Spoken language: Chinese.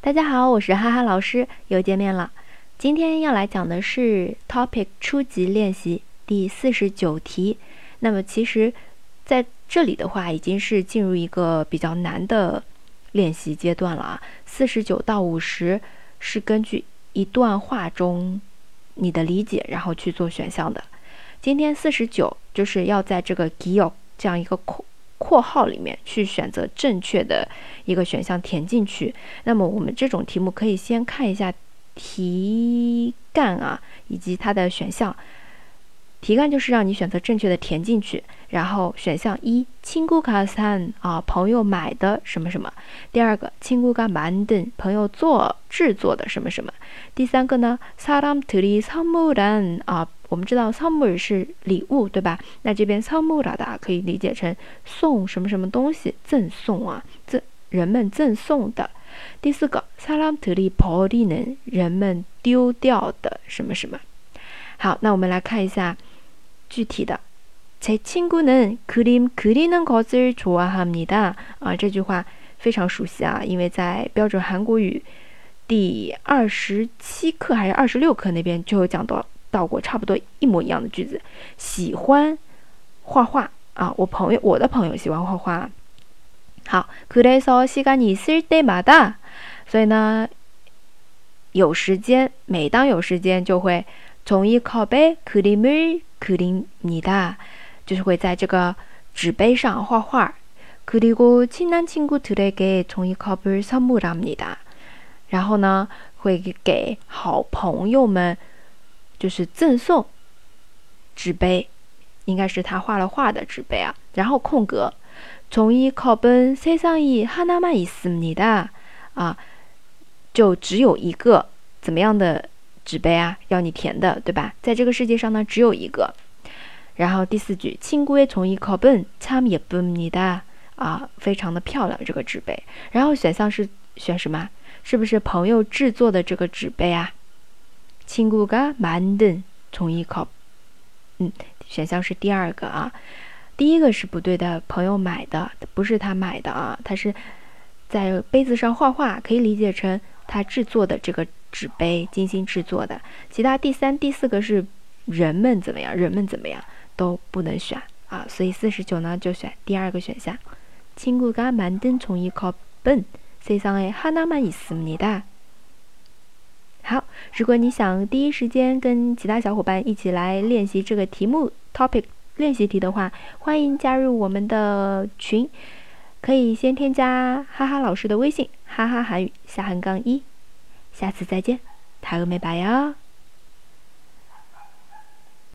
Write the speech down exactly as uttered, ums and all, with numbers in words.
大家好，我是哈哈老师，又见面了。今天要来讲的是 Topic 初级练习第四十九题。那么其实在这里的话，已经是进入一个比较难的练习阶段了啊。四十九到五十是根据一段话中你的理解，然后去做选项的。今天四十九就是要在这个 기억这样一个括括号里面去选择正确的一个选项填进去。那么我们这种题目可以先看一下题干啊，以及它的选项。题干就是让你选择正确的填进去，然后选项一，친구가 산啊，朋友买的什么什么。第二个，친구가 만든朋友做制作的什么什么。第三个呢，사람들이 선물한啊，我们知道선물是礼物，对吧？那这边선물하다可以理解成送什么什么东西，赠送啊，赠人们赠送的。第四个，사람들이 버리는人们丢掉的什么什么。好，那我们来看一下具体的。제 친구는 그림 그리는 것을 좋아합니다.啊，这句话非常熟悉啊，因为在标准韩国语第二十七课还是二十六课那边就有讲到到过差不多一模一样的句子。喜欢画画啊，我朋友我的朋友喜欢画画。好，그래서 시간이 있을 때마다，所以呢，有时间，每当有时间就会종이컵에 그림을 그립니다，就是会在这个纸杯上画画。그리고 친한 친구들에게 종이컵을 선물합니다。然后呢，会给好朋友们就是赠送纸杯，应该是他画了画的纸杯啊。然后空格，종이컵은 세상에 하나만 있습니다。啊，就只有一个怎么样的纸杯啊？要你填的，对吧？在这个世界上呢，只有一个。然后第四句，친구의 종이컵은 참 예쁩니다。啊，非常的漂亮这个纸杯。然后选项是选什么？是不是朋友制作的这个纸杯啊？친구가 만든 종이컵。嗯，选项是第二个啊。第一个是不对的，朋友买的，不是他买的啊，他是在杯子上画画，可以理解成他制作的这个纸杯，精心制作的。其他第三、第四个是人们怎么样，人们怎么样都不能选啊，所以四十九呢就选第二个选项。친구가 만든 종이컵은 세상에 하나만 있습니다。好，如果你想第一时间跟其他小伙伴一起来练习这个题目 topic 练习題的話，歡迎加入我們的群，可以先添加哈哈老師的微信，哈哈韓語下橫槓一。下次再見，다음에 봐요。